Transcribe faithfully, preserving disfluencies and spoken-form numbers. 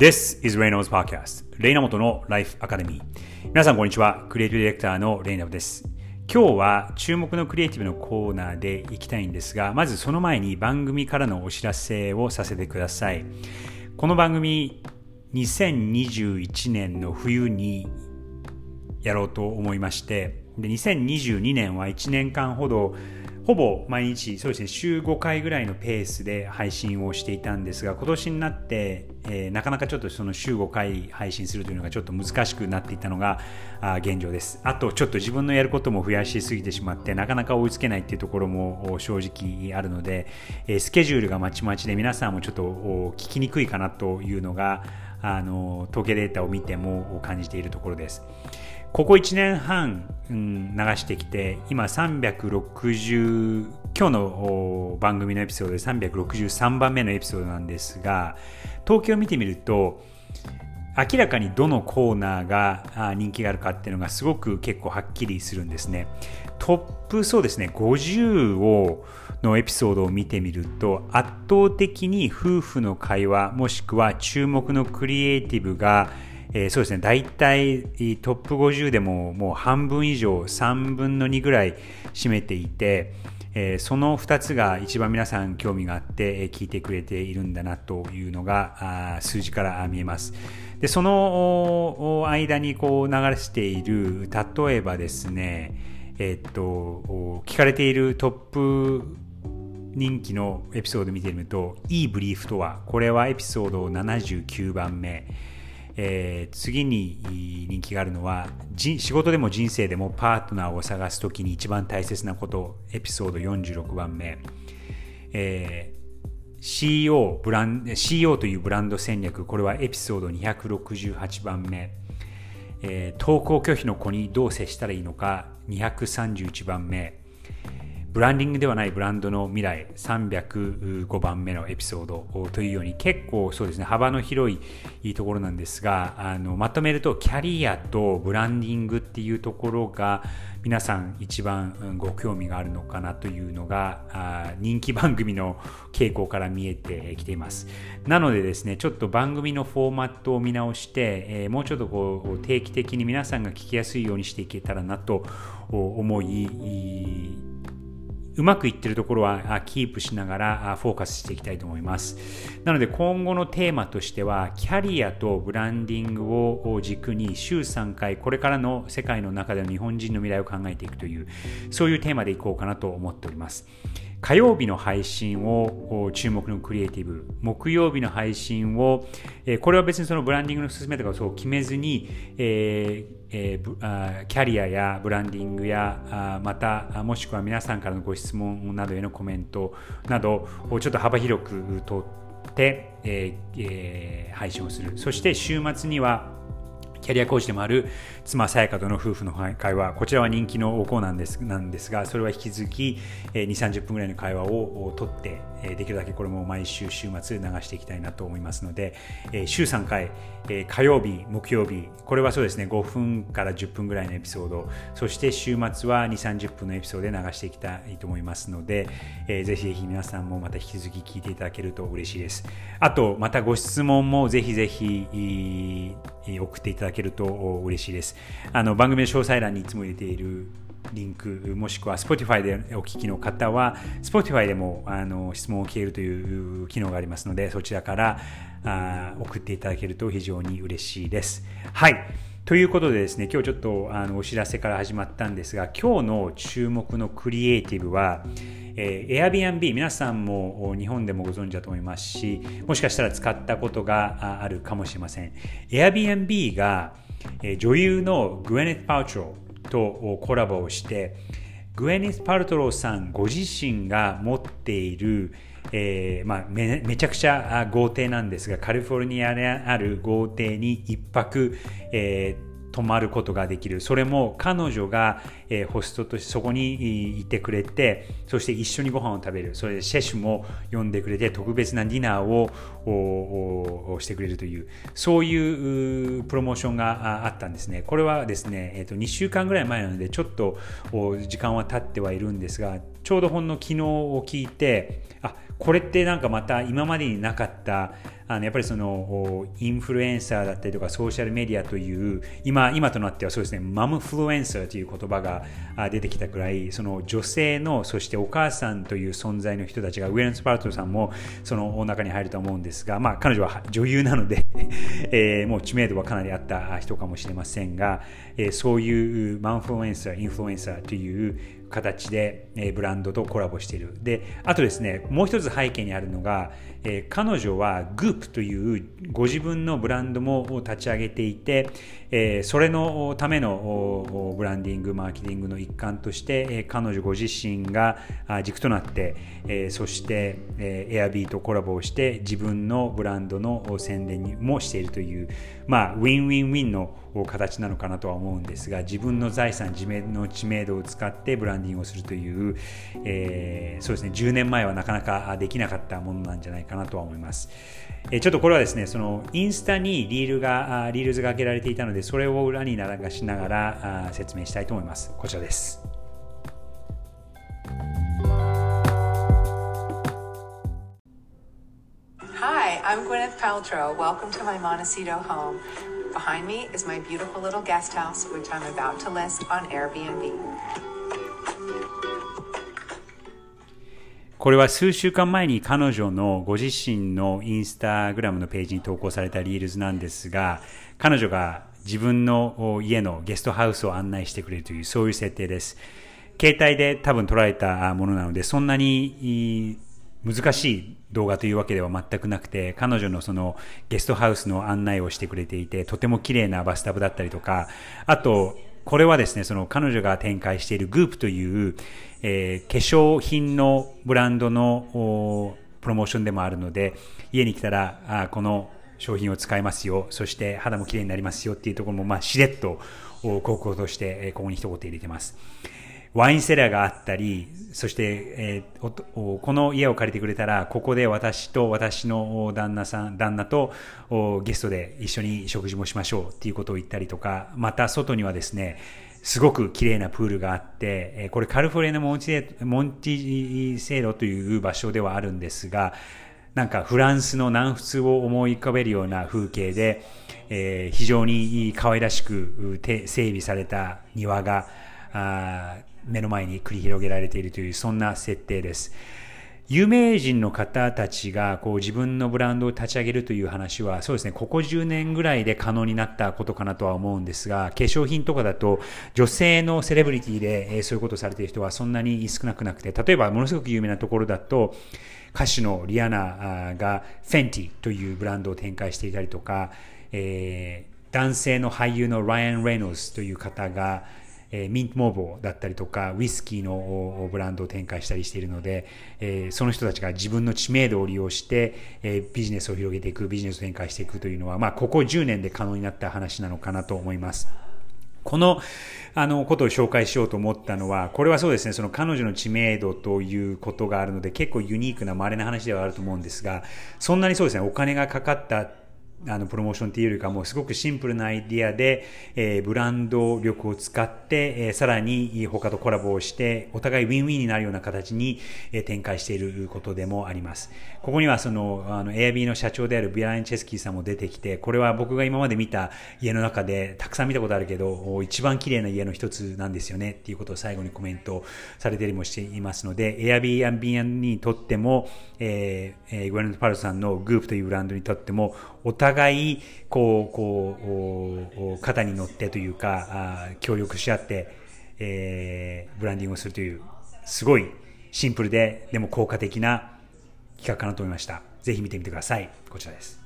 This is Reynolds Podcast レイナモトのライフアカデミー。皆さんこんにちは。クリエイティブディレクターのレイナモトです。今日は注目のクリエイティブのコーナーでいきたいんですが、まずその前に番組からのお知らせをさせてください。この番組にせんにじゅういちねんの冬にやろうと思いまして、でにせんにじゅうにねんはいちねんかんほどほぼ毎日そうですね週ごかいぐらいのペースで配信をしていたんですが、今年になって、えー、なかなかちょっとその週ごかい配信するというのがちょっと難しくなっていったのがあ現状です。あとちょっと自分のやることも増やしすぎてしまってなかなか追いつけないっていうところも正直あるので、えー、スケジュールがまちまちで皆さんもちょっと聞きにくいかなというのがあの統計データを見ても感じているところです。ここいちねんはん、うん、流してきて今さんびゃくろくじゅう今日の番組のエピソードでさんびゃくろくじゅうさんばんめのエピソードなんですが、統計を見てみると明らかにどのコーナーが人気があるかっていうのがすごく結構はっきりするんですね。トップそうですねごじゅうをのエピソードを見てみると圧倒的に夫婦の会話もしくは注目のクリエイティブがえー、そうですね、大体トップごじゅうでももう半分以上さんぶんのにぐらい占めていて、えー、そのふたつが一番皆さん興味があって、えー、聞いてくれているんだなというのがあ数字から見えます。でその間にこう流している例えばですね、えー、っと聞かれているトップ人気のエピソードを見てみるといいブリーフとは、これはエピソードななじゅうきゅうばんめ、えー、次に人気があるのは仕事でも人生でもパートナーを探すときに一番大切なこと、エピソードよんじゅうろくばんめ、えー、シーイーオー ブラン シーイーオー というブランド戦略、これはエピソードにひゃくろくじゅうはちばんめ、えー、登校拒否の子にどう接したらいいのかにひゃくさんじゅういちばんめ、ブランディングではないブランドの未来さんびゃくごばんめのエピソードというように結構そうですね幅の広いところなんですが、あのまとめるとキャリアとブランディングっていうところが皆さん一番ご興味があるのかなというのが人気番組の傾向から見えてきています。なのでですねちょっと番組のフォーマットを見直して、えー、もうちょっとこう定期的に皆さんが聞きやすいようにしていけたらなと思いうまくいってるところはキープしながらフォーカスしていきたいと思います。なので今後のテーマとしてはキャリアとブランディングを軸に週さんかいこれからの世界の中での日本人の未来を考えていくというそういうテーマでいこうかなと思っております。火曜日の配信を注目のクリエイティブ、木曜日の配信をこれは別にそのブランディングの進めとかそう決めずに、えーえー、キャリアやブランディングやまたもしくは皆さんからのご質問などへのコメントなどをちょっと幅広くとって、えーえー、配信をする。そして週末にはキャリアコーチでもある妻さやかとの夫婦の会話、こちらは人気のコーナーなんです、なんですが、それは引き続きにじゅう、さんじゅっぷんぐらいの会話をとってできるだけこれも毎週週末流していきたいなと思いますので、週さんかい火曜日木曜日これはそうですねごふんからじゅっぷんぐらいのエピソード、そして週末はにじゅう、さんじゅっぷんのエピソードで流していきたいと思いますので、ぜひぜひ皆さんもまた引き続き聞いていただけると嬉しいです。あとまたご質問もぜひぜひ送っていただけると嬉しいです。あの番組の詳細欄にいつも入れているリンクもしくは Spotify でお聞きの方は Spotify でもあの質問を聞けるという機能がありますので、そちらからあ送っていただけると非常に嬉しいです。はい、ということでですね、今日ちょっとあのお知らせから始まったんですが、今日の注目のクリエイティブはえー、Airbnb、 皆さんも日本でもご存知だと思いますし、もしかしたら使ったことがあるかもしれません。 Airbnb が、えー、女優のグエネス・パルトローとコラボをして、グエネス・パルトローさんご自身が持っているえーまあ、め, めちゃくちゃ豪邸なんですが、カリフォルニアにある豪邸に一泊、えー泊まることができる。それも彼女が、えー、ホストとしてそこにいてくれて、そして一緒にご飯を食べる。それでシェフも呼んでくれて特別なディナーをおおしてくれるという、そういうプロモーションがあったんですね。これはですね、えーと、にしゅうかんぐらい前なのでちょっと時間は経ってはいるんですが、 ちょうどほんの昨日を聞いて、あ、これってなんかまた今までになかったあのやっぱりそのインフルエンサーだったりとかソーシャルメディアという今今となってはそうですね、マムフルエンサーという言葉が出てきたくらい、その女性のそしてお母さんという存在の人たちが、ウェルネス・パルトさんもその中に入ると思うんですが、まあ、彼女は女優なので、えー、もう知名度はかなりあった人かもしれませんが、えー、そういうマムフルエンサー、インフルエンサーという形でブランドとコラボしている。で、あとですね、もう一つ背景にあるのが、えー、彼女はグープというご自分のブランドも立ち上げていて、えー、それのためのブランディング、マーケティングの一環として、えー、彼女ご自身が軸となって、えー、そして、えー、エアビーとコラボをして自分のブランドの宣伝もしているという、まあ、ウィンウィンウィンの形なのかなとは思うんですが、自分の財産、自分の知名度を使ってブランディングをするという、えー、そうですね、じゅうねんまえはなかなかできなかったものなんじゃないかなとは思います。えー、ちょっとこれはですね、そのインスタにリールがリールズが開けられていたので、それを裏に流しながら説明したいと思います。こちらです。 Hi, I'm Gwyneth Paltrow. Welcome to my Montecito home. Behind me is my beautiful little guest house, which I'm about to list on Airbnb. これは数週間前に彼女のご自身のインスタグラムのページに投稿されたリールズなんですが、彼女が自分の家のゲストハウスを案内してくれるという、そういう設定です。携帯で多分捉えたものなので、そんなに難しい動画というわけでは全くなくて、彼女のそのゲストハウスの案内をしてくれていて、とても綺麗なバスタブだったりとか、あとこれはですね、その彼女が展開しているグープという、えー、化粧品のブランドのプロモーションでもあるので、家に来たらあこの商品を使いますよ、そして肌も綺麗になりますよっていうところも、まあ、しれっと広告としてここに一言入れてます。ワインセラーがあったり、そして、えー、この家を借りてくれたら、ここで私と私の旦那さん、旦那とゲストで一緒に食事もしましょうっていうことを言ったりとか、また外にはですね、すごく綺麗なプールがあって、これカリフォルニアのモンティセーロという場所ではあるんですが、なんかフランスの南仏を思い浮かべるような風景で、えー、非常に可愛らしく整備された庭があ目の前に繰り広げられているという、そんな設定です。有名人の方たちがこう自分のブランドを立ち上げるという話は、そうですね、ここじゅうねんぐらいで可能になったことかなとは思うんですが、化粧品とかだと女性のセレブリティでそういうことをされている人はそんなに少なくなくて、例えばものすごく有名なところだと、歌手のリアナがフェンティというブランドを展開していたりとか、えー、男性の俳優のライアン・レイノルズという方がえー、ミントモーボーだったりとかウイスキーのブランドを展開したりしているので、えー、その人たちが自分の知名度を利用して、えー、ビジネスを広げていく、ビジネスを展開していくというのは、まあ、ここじゅうねんで可能になった話なのかなと思います。このあのことを紹介しようと思ったのは、これはそうですね、その彼女の知名度ということがあるので結構ユニークな稀な話ではあると思うんですが、そんなにそうですね、お金がかかったあのプロモーションっていうよりかもすごくシンプルなアイディアで、えー、ブランド力を使って、えー、さらに他とコラボをしてお互いウィンウィンになるような形に、えー、展開していることでもあります。ここにはそのあの Airbnb の社長であるビラン・チェスキーさんも出てきて、これは僕が今まで見た家の中でたくさん見たことあるけど一番綺麗な家の一つなんですよねっていうことを最後にコメントされたりもしていますので、 Airbnb にとっても、えー、グレネット・パルトさんのグープというブランドにとってもお互いこうこう肩に乗ってというか協力し合って、えー、ブランディングをするというすごいシンプルででも効果的な企画かなと思いました。ぜひ見てみてください。こちらです。